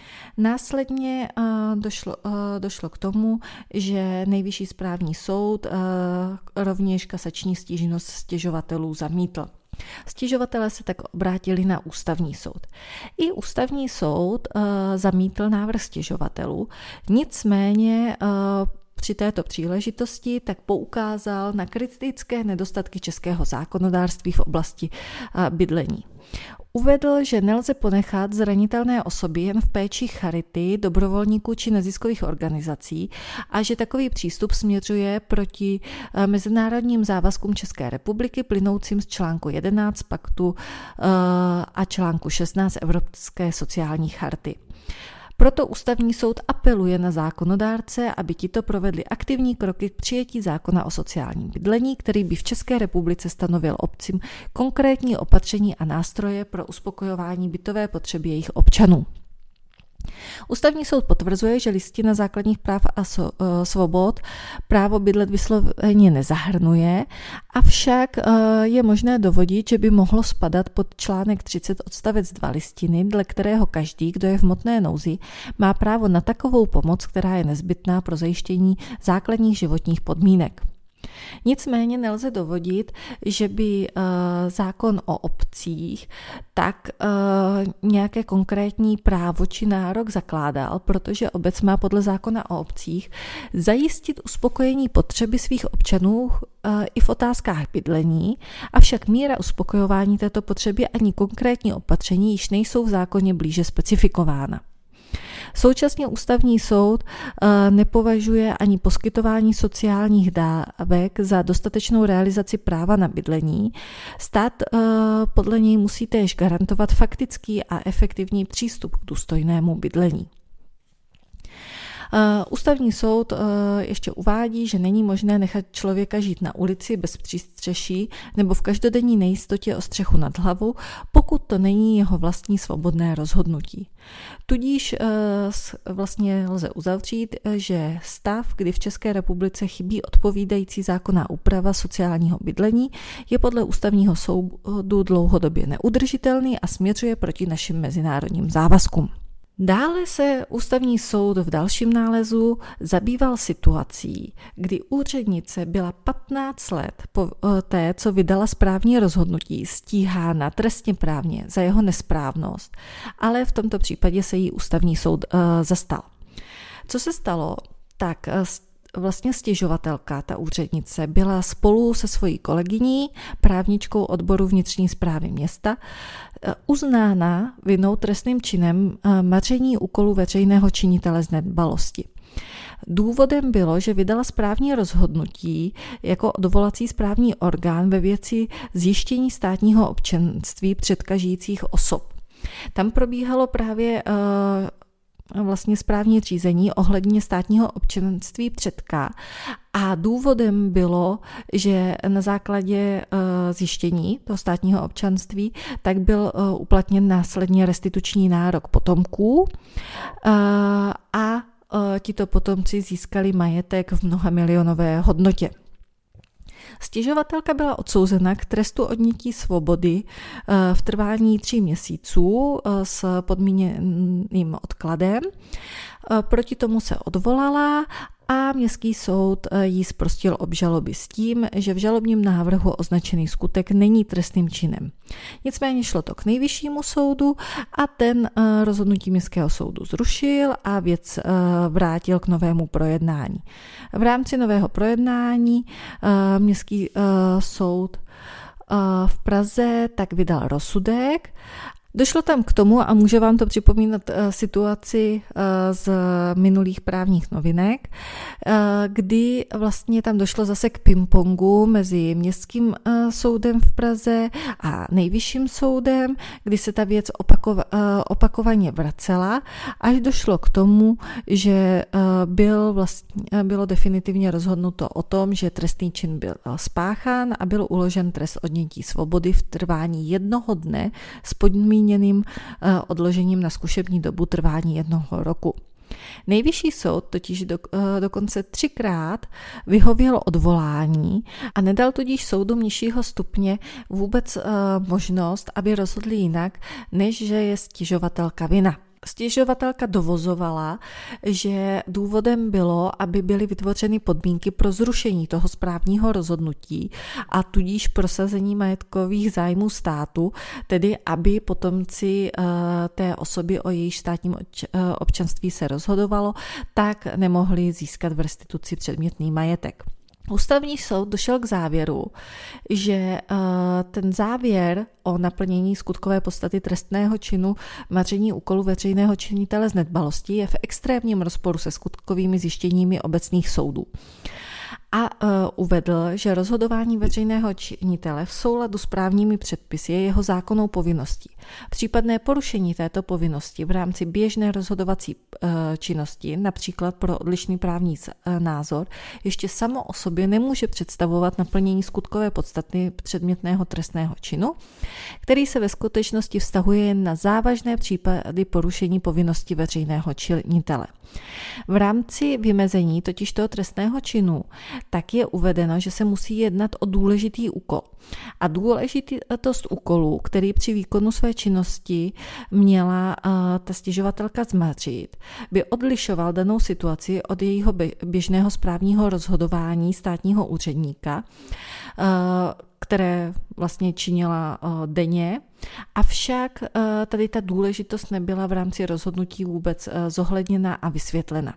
Následně došlo, došlo k tomu, že Nejvyšší správní soud rovněž kasační stížnost stěžovatelů zamítl. Stěžovatelé se tak obrátili na ústavní soud. I ústavní soud uh, zamítl návrh stěžovatelů, nicméně uh, při této příležitosti tak poukázal na kritické nedostatky českého zákonodárství v oblasti uh, bydlení. Uvedl, že nelze ponechat zranitelné osoby jen v péči charity, dobrovolníků či neziskových organizací a že takový přístup směřuje proti mezinárodním závazkům České republiky plynoucím z článku jedenáct paktu a článku šestnáct Evropské sociální charty. Proto ústavní soud apeluje na zákonodárce, aby tito provedli aktivní kroky k přijetí zákona o sociálním bydlení, který by v České republice stanovil obcím konkrétní opatření a nástroje pro uspokojování bytové potřeby jejich občanů. Ústavní soud potvrzuje, že Listina základních práv a svobod právo bydlet vysloveně nezahrnuje, avšak je možné dovodit, že by mohlo spadat pod článek třicet odstavec dva Listiny, dle kterého každý, kdo je v hmotné nouzi, má právo na takovou pomoc, která je nezbytná pro zajištění základních životních podmínek. Nicméně nelze dovodit, že by uh, zákon o obcích tak uh, nějaké konkrétní právo či nárok zakládal, protože obec má podle zákona o obcích zajistit uspokojení potřeby svých občanů uh, i v otázkách bydlení, avšak míra uspokojování této potřeby ani konkrétní opatření již nejsou v zákoně blíže specifikována. Současně ústavní soud nepovažuje ani poskytování sociálních dávek za dostatečnou realizaci práva na bydlení. Stát podle něj musí též garantovat faktický a efektivní přístup k důstojnému bydlení. Ústavní soud ještě uvádí, že není možné nechat člověka žít na ulici bez přístřeší nebo v každodenní nejistotě o střechu nad hlavou, pokud to není jeho vlastní svobodné rozhodnutí. Tudíž vlastně lze uzavřít, že stav, kdy v České republice chybí odpovídající zákonná úprava sociálního bydlení, je podle ústavního soudu dlouhodobě neudržitelný a směřuje proti našim mezinárodním závazkům. Dále se ústavní soud v dalším nálezu zabýval situací, kdy úřednice byla patnáct let po té, co vydala správní rozhodnutí, stíhána trestně právně za jeho nesprávnost, ale v tomto případě se jí ústavní soud uh, zastal. Co se stalo? Tak vlastně stěžovatelka, ta úřednice, byla spolu se svojí kolegyní, právničkou odboru vnitřní správy města, uznána vinou trestným činem maření úkolu veřejného činitele z nedbalosti. Důvodem bylo, že vydala správní rozhodnutí jako odvolací správní orgán ve věci zjištění státního občanství předkažících osob. Tam probíhalo právě uh, vlastně správní řízení ohledně státního občanství předka a důvodem bylo, že na základě uh, zjištění toho státního občanství tak byl uh, uplatněn následně restituční nárok potomků uh, a uh, tito potomci získali majetek v mnohamilionové hodnotě. Stěžovatelka byla odsouzena k trestu odnětí svobody v trvání tří měsíců s podmíněným odkladem. Proti tomu se odvolala a městský soud jí zprostil obžaloby s tím, že v žalobním návrhu označený skutek není trestným činem. Nicméně šlo to k nejvyššímu soudu a ten rozhodnutí městského soudu zrušil a věc vrátil k novému projednání. V rámci nového projednání městský soud v Praze tak vydal rozsudek. Došlo tam k tomu, a může vám to připomínat situaci z minulých právních novinek, kdy vlastně tam došlo zase k pingpongu mezi městským soudem v Praze a nejvyšším soudem, kdy se ta věc opakova, opakovaně vracela, až došlo k tomu, že byl vlastně, bylo definitivně rozhodnuto o tom, že trestný čin byl spáchán a byl uložen trest odnětí svobody v trvání jednoho dne s podmíněným odložením na zkušební dobu trvání jednoho roku. Nejvyšší soud totiž do, dokonce třikrát vyhověl odvolání a nedal tudíž soudu nižšího stupně vůbec možnost, aby rozhodli jinak, než že je stěžovatelka vinna. Stěžovatelka dovozovala, že důvodem bylo, aby byly vytvořeny podmínky pro zrušení toho správního rozhodnutí a tudíž prosazení majetkových zájmů státu, tedy aby potomci té osoby, o jejíž státním občanství se rozhodovalo, tak nemohli získat v restituci předmětný majetek. Ústavní soud došel k závěru, že ten závěr o naplnění skutkové podstaty trestného činu maření úkolu veřejného činitele z nedbalosti je v extrémním rozporu se skutkovými zjištěními obecných soudů. A uh, uvedl, že rozhodování veřejného činitele v souladu s právními předpisy je jeho zákonnou povinností. Případné porušení této povinnosti v rámci běžné rozhodovací uh, činnosti, například pro odlišný právní uh, názor, ještě samo o sobě nemůže představovat naplnění skutkové podstaty předmětného trestného činu, který se ve skutečnosti vztahuje jen na závažné případy porušení povinnosti veřejného činitele. V rámci vymezení totiž toho trestného činu tak je uvedeno, že se musí jednat o důležitý úkol. A důležitost úkolu, který při výkonu své činnosti měla uh, ta stěžovatelka zmařit, by odlišoval danou situaci od jejího běžného správního rozhodování státního úředníka, uh, které vlastně činila uh, denně, avšak uh, tady ta důležitost nebyla v rámci rozhodnutí vůbec uh, zohledněna a vysvětlena.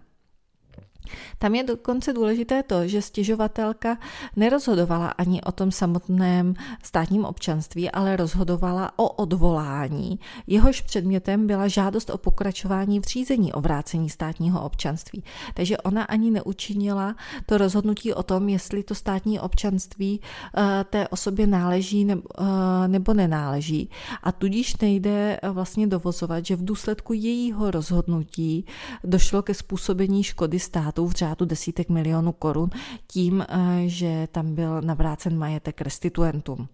Tam je dokonce důležité to, že stěžovatelka nerozhodovala ani o tom samotném státním občanství, ale rozhodovala o odvolání. Jehož předmětem byla žádost o pokračování v řízení o vrácení státního občanství. Takže ona ani neučinila to rozhodnutí o tom, jestli to státní občanství uh, té osobě náleží nebo, uh, nebo nenáleží. A tudíž nejde vlastně dovozovat, že v důsledku jejího rozhodnutí došlo ke způsobení škody státu v řádu desítek milionů korun tím, že tam byl navrácen majetek restituentům.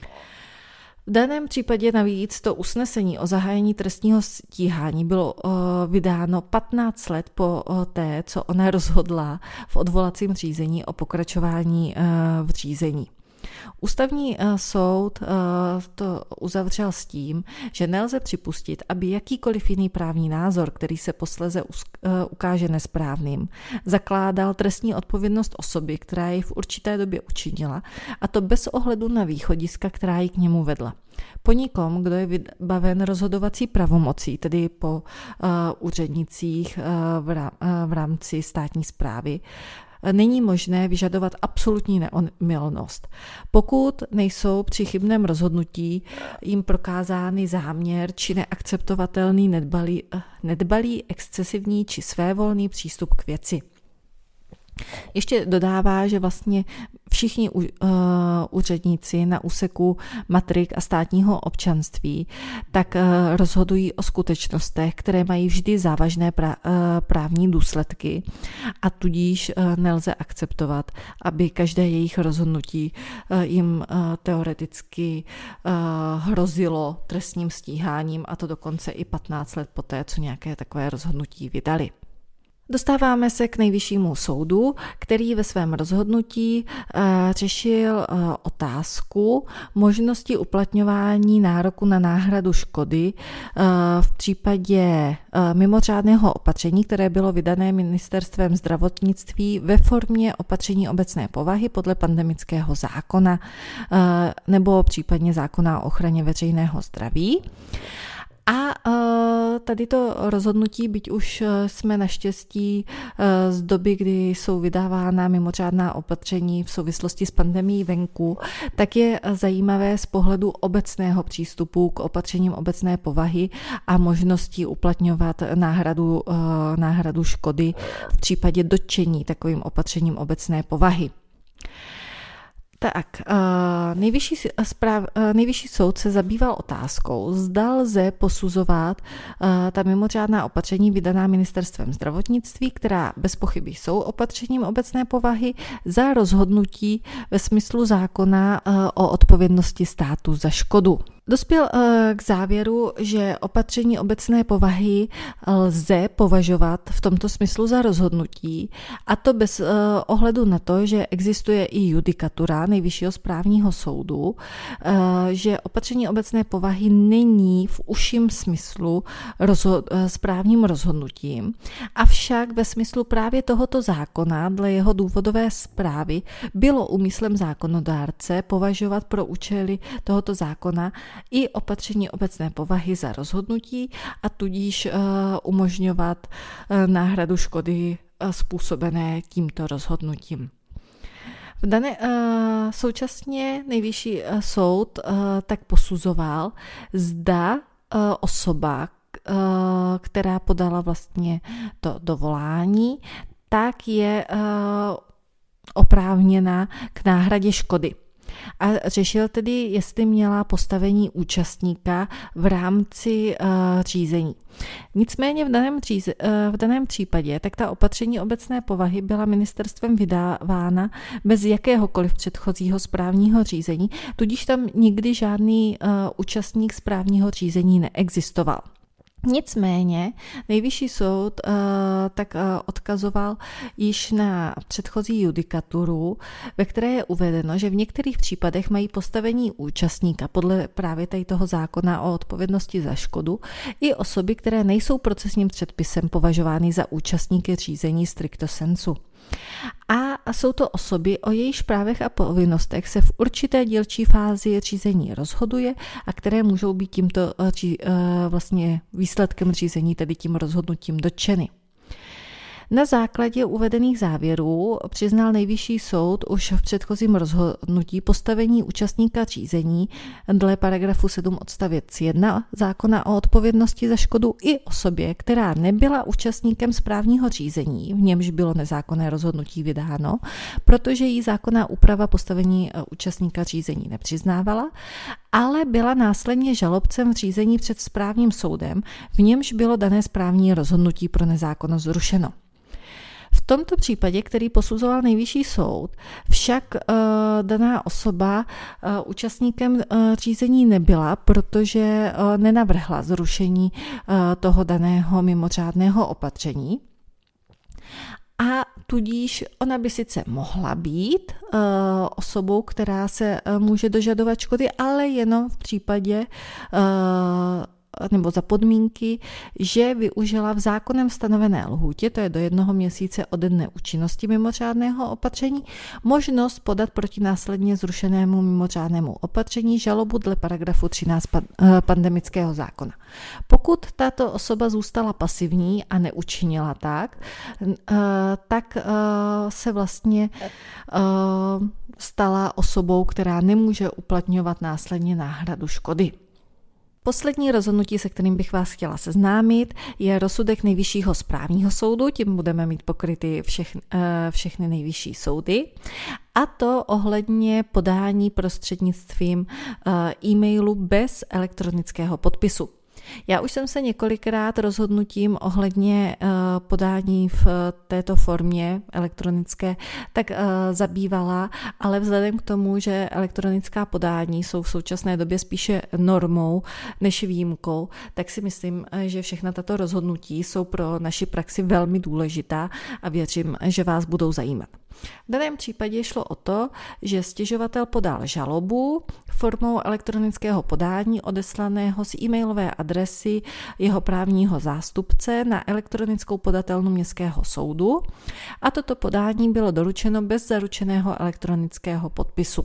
V daném případě navíc to usnesení o zahájení trestního stíhání bylo vydáno patnáct let po té, co ona rozhodla v odvolacím řízení o pokračování v řízení. Ústavní soud to uzavřel s tím, že nelze připustit, aby jakýkoliv jiný právní názor, který se posléze ukáže nesprávným, zakládal trestní odpovědnost osoby, která jej v určité době učinila, a to bez ohledu na východiska, která ji k němu vedla. Po nikom, kdo je vybaven rozhodovací pravomocí, tedy po uh, úřednicích uh, v, rám, uh, v rámci státní správy, není možné vyžadovat absolutní neomylnost. Pokud nejsou při chybném rozhodnutí jim prokázány záměr či neakceptovatelný nedbalý, nedbalý excesivní či svévolný přístup k věci. Ještě dodává, že vlastně všichni uh, úředníci na úseku matrik a státního občanství tak uh, rozhodují o skutečnostech, které mají vždy závažné pra, uh, právní důsledky a tudíž uh, nelze akceptovat, aby každé jejich rozhodnutí uh, jim uh, teoreticky uh, hrozilo trestním stíháním, a to dokonce i patnáct let poté, co nějaké takové rozhodnutí vydali. Dostáváme se k Nejvyššímu soudu, který ve svém rozhodnutí uh, řešil uh, otázku možnosti uplatňování nároku na náhradu škody uh, v případě uh, mimořádného opatření, které bylo vydané ministerstvem zdravotnictví ve formě opatření obecné povahy podle pandemického zákona uh, nebo případně zákona o ochraně veřejného zdraví. A uh, tady to rozhodnutí, byť už jsme naštěstí uh, z doby, kdy jsou vydávána mimořádná opatření v souvislosti s pandemií venku, tak je zajímavé z pohledu obecného přístupu k opatřením obecné povahy a možností uplatňovat náhradu, uh, náhradu škody v případě dotčení takovým opatřením obecné povahy. Tak, nejvyšší, správ, nejvyšší soud se zabýval otázkou, zda lze posuzovat ta mimořádná opatření vydaná ministerstvem zdravotnictví, která bez pochyby jsou opatřením obecné povahy, za rozhodnutí ve smyslu zákona o odpovědnosti státu za škodu. Dospěl k závěru, že opatření obecné povahy lze považovat v tomto smyslu za rozhodnutí, a to bez ohledu na to, že existuje i judikatura Nejvyššího správního soudu, že opatření obecné povahy není v užším smyslu rozhod- správním rozhodnutím, avšak ve smyslu právě tohoto zákona dle jeho důvodové zprávy bylo úmyslem zákonodárce považovat pro účely tohoto zákona i opatření obecné povahy za rozhodnutí a tudíž uh, umožňovat uh, náhradu škody uh, způsobené tímto rozhodnutím. V dané, uh, současně Nejvyšší uh, soud uh, tak posuzoval, zda uh, osoba, uh, která podala vlastně to dovolání, tak je uh, oprávněna k náhradě škody. A řešil tedy, jestli měla postavení účastníka v rámci uh, řízení. Nicméně v daném, říze, uh, v daném případě tak ta opatření obecné povahy byla ministerstvem vydávána bez jakéhokoliv předchozího správního řízení, tudíž tam nikdy žádný uh, účastník správního řízení neexistoval. Nicméně Nejvyšší soud uh, tak uh, odkazoval již na předchozí judikaturu, ve které je uvedeno, že v některých případech mají postavení účastníka podle právě tady toho zákona o odpovědnosti za škodu i osoby, které nejsou procesním předpisem považovány za účastníky řízení stricto sensu. A jsou to osoby, o jejichž právech a povinnostech se v určité dílčí fázi řízení rozhoduje a které můžou být tímto vlastně výsledkem řízení, tedy tím rozhodnutím dotčeny. Na základě uvedených závěrů přiznal Nejvyšší soud už v předchozím rozhodnutí postavení účastníka řízení dle paragrafu sedm odstavec jedna zákona o odpovědnosti za škodu i osobě, která nebyla účastníkem správního řízení, v němž bylo nezákonné rozhodnutí vydáno, protože jí zákonná úprava postavení účastníka řízení nepřiznávala, ale byla následně žalobcem v řízení před správním soudem, v němž bylo dané správní rozhodnutí pro nezákonnost zrušeno. V tomto případě, který posuzoval Nejvyšší soud, však uh, daná osoba uh, účastníkem uh, řízení nebyla, protože uh, nenavrhla zrušení uh, toho daného mimořádného opatření. A tudíž ona by sice mohla být uh, osobou, která se uh, může dožadovat škody, ale jenom v případě uh, nebo za podmínky, že využila v zákonem stanovené lhůtě, to je do jednoho měsíce ode dne účinnosti mimořádného opatření, možnost podat proti následně zrušenému mimořádnému opatření žalobu dle paragrafu třináct pandemického zákona. Pokud tato osoba zůstala pasivní a neučinila tak, tak se vlastně stala osobou, která nemůže uplatňovat následně náhradu škody. Poslední rozhodnutí, se kterým bych vás chtěla seznámit, je rozsudek Nejvyššího správního soudu, tím budeme mít pokryty všechny, všechny nejvyšší soudy, a to ohledně podání prostřednictvím e-mailu bez elektronického podpisu. Já už jsem se několikrát rozhodnutím ohledně uh, podání v této formě elektronické tak uh, zabývala, ale vzhledem k tomu, že elektronická podání jsou v současné době spíše normou než výjimkou, tak si myslím, že všechna tato rozhodnutí jsou pro naši praxi velmi důležitá a věřím, že vás budou zajímat. V daném případě šlo o to, že stěžovatel podal žalobu formou elektronického podání odeslaného z e-mailové adresy jeho právního zástupce na elektronickou podatelnu Městského soudu a toto podání bylo doručeno bez zaručeného elektronického podpisu.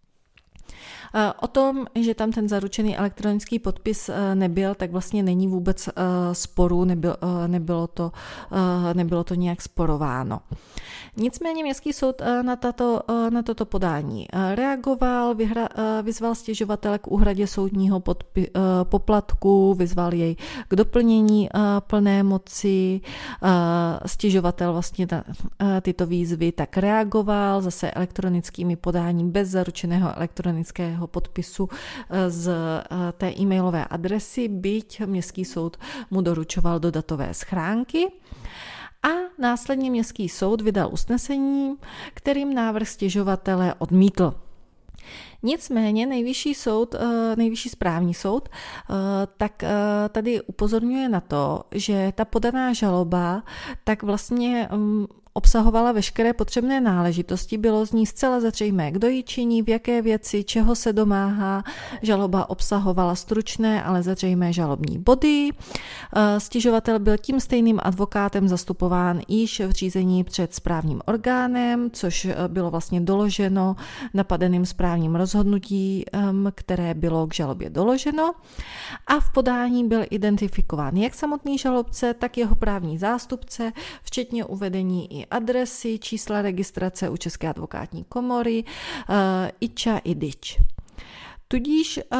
O tom, že tam ten zaručený elektronický podpis nebyl, tak vlastně není vůbec sporu, nebylo, nebylo, to, nebylo to nějak sporováno. Nicméně Městský soud na, tato, na toto podání reagoval, vyhra, vyzval stěžovatele k úhradě soudního podpi, poplatku, vyzval jej k doplnění plné moci, stěžovatel vlastně na tyto výzvy tak reagoval zase elektronickými podáním bez zaručeného elektronického podpisu z té e-mailové adresy, byť Městský soud mu doručoval do datové schránky. A následně Městský soud vydal usnesení, kterým návrh stěžovatele odmítl. Nicméně nejvyšší soud, nejvyšší správní soud, tak tady upozorňuje na to, že ta podaná žaloba tak vlastně obsahovala veškeré potřebné náležitosti, bylo z ní zcela zřejmé, kdo ji činí, v jaké věci, čeho se domáhá. Žaloba obsahovala stručné, ale zřejmé žalobní body. Stěžovatel byl tím stejným advokátem zastupován již v řízení před správním orgánem, což bylo vlastně doloženo napadeným správním rozhodnutím, které bylo k žalobě doloženo. A v podání byl identifikován jak samotný žalobce, tak jeho právní zástupce, včetně uvedení i adresy, čísla registrace u České advokátní komory, uh, iča i dič. Tudíž uh,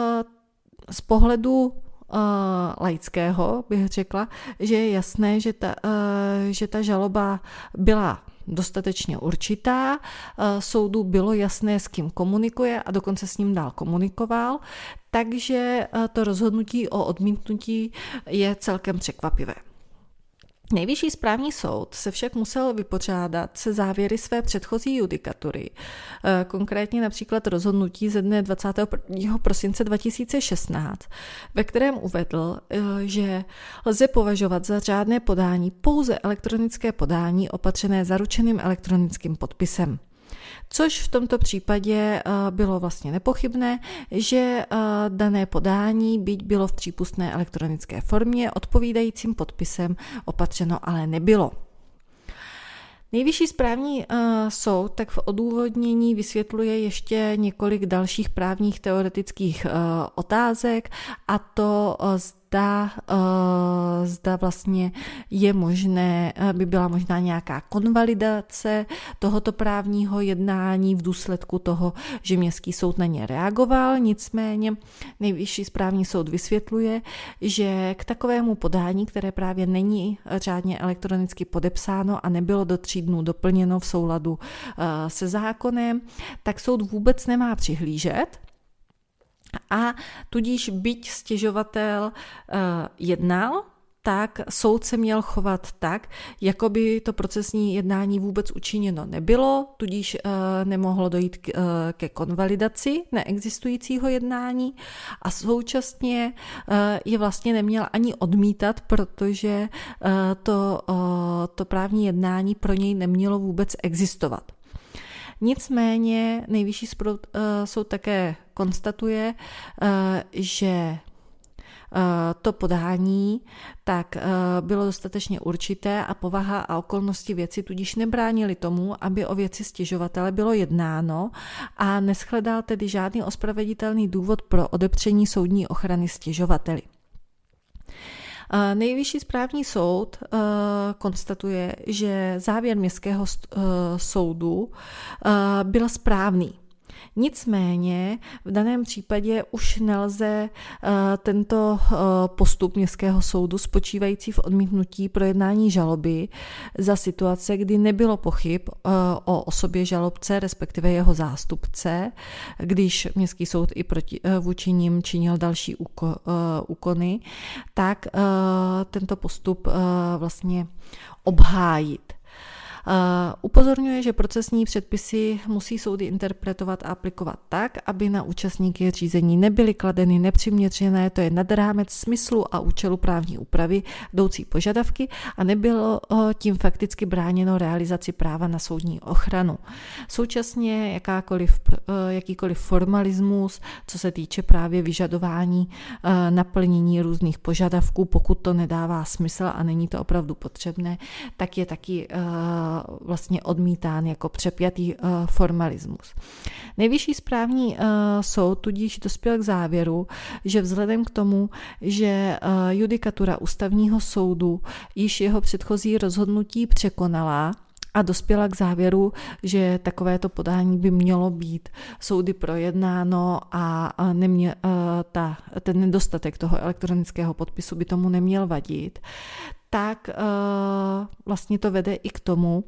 z pohledu uh, laického bych řekla, že je jasné, že ta, uh, že ta žaloba byla dostatečně určitá, uh, soudu bylo jasné, s kým komunikuje a dokonce s ním dál komunikoval, takže uh, to rozhodnutí o odmítnutí je celkem překvapivé. Nejvyšší správní soud se však musel vypořádat se závěry své předchozí judikatury, konkrétně například rozhodnutí ze dne dvacátého prvního prosince dva tisíce šestnáct, ve kterém uvedl, že lze považovat za řádné podání pouze elektronické podání opatřené zaručeným elektronickým podpisem. Což v tomto případě bylo vlastně nepochybné, že dané podání, byť bylo v přípustné elektronické formě, odpovídajícím podpisem opatřeno ale nebylo. Nejvyšší správní uh, soud tak v odůvodnění vysvětluje ještě několik dalších právních teoretických uh, otázek, a to uh, zda, uh, zda vlastně je možné, by byla možná nějaká konvalidace tohoto právního jednání v důsledku toho, že Městský soud na ně reagoval. Nicméně Nejvyšší správní soud vysvětluje, že k takovému podání, které právě není řádně elektronicky podepsáno a nebylo do tří dnů doplněno v souladu uh, se zákonem, tak soud vůbec nemá přihlížet. A tudíž byť stěžovatel uh, jednal, tak soud se měl chovat tak, jako by to procesní jednání vůbec učiněno nebylo, tudíž uh, nemohlo dojít k, uh, ke konvalidaci neexistujícího jednání a současně uh, je vlastně neměl ani odmítat, protože uh, to, uh, to právní jednání pro něj nemělo vůbec existovat. Nicméně Nejvyšší soud také konstatuje, že to podání tak bylo dostatečně určité a povaha a okolnosti věci tudíž nebránily tomu, aby o věci stěžovatele bylo jednáno, a neshledal tedy žádný ospravedlnitelný důvod pro odepření soudní ochrany stěžovateli. Nejvyšší správní soud uh, konstatuje, že závěr Městského uh, soudu uh, byl správný. Nicméně v daném případě už nelze uh, tento uh, postup městského soudu spočívající v odmítnutí projednání žaloby za situace, kdy nebylo pochyb uh, o osobě žalobce, respektive jeho zástupce, když městský soud i proti, uh, vůči nim činil další úko, uh, úkony, tak uh, tento postup uh, vlastně obhájit. Uh, upozorňuje, že procesní předpisy musí soudy interpretovat a aplikovat tak, aby na účastníky řízení nebyly kladeny nepřiměřené, to je nad rámec smyslu a účelu právní úpravy jdoucí požadavky a nebylo uh, tím fakticky bráněno realizaci práva na soudní ochranu. Současně jakákoliv, uh, jakýkoliv formalismus, co se týče právě vyžadování uh, naplnění různých požadavků, pokud to nedává smysl a není to opravdu potřebné, tak je taky uh, vlastně odmítán jako přepjatý uh, formalismus. Nejvyšší správní uh, soud tudíž dospěl k závěru, že vzhledem k tomu, že uh, judikatura ústavního soudu již jeho předchozí rozhodnutí překonala a dospěla k závěru, že takovéto podání by mělo být soudy projednáno a nemě, ta, ten nedostatek toho elektronického podpisu by tomu neměl vadit, tak vlastně to vede i k tomu,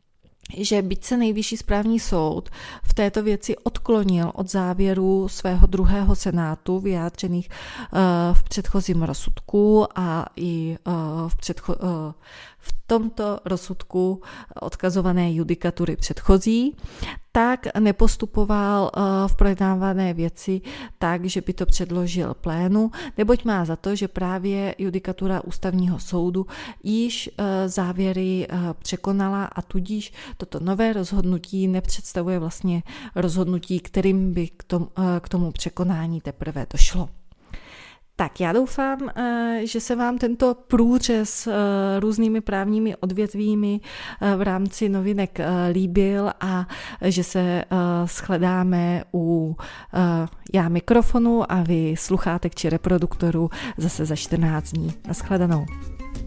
že byť se Nejvyšší správní soud v této věci odklonil od závěru svého druhého senátu vyjádřených v předchozím rozsudku a i v, předcho- v tomto rozsudku odkazované judikatury předchozí, tak nepostupoval v projednávané věci tak, že by to předložil plénu, neboť má za to, že právě judikatura ústavního soudu již závěry překonala a tudíž toto nové rozhodnutí nepředstavuje vlastně rozhodnutí, kterým by k tomu, k tomu překonání teprve došlo. Tak já doufám, že se vám tento průřez různými právními odvětvími v rámci novinek líbil a že se shledáme u já mikrofonu a vy sluchátek či reproduktoru zase za čtrnáct dní. Naschledanou.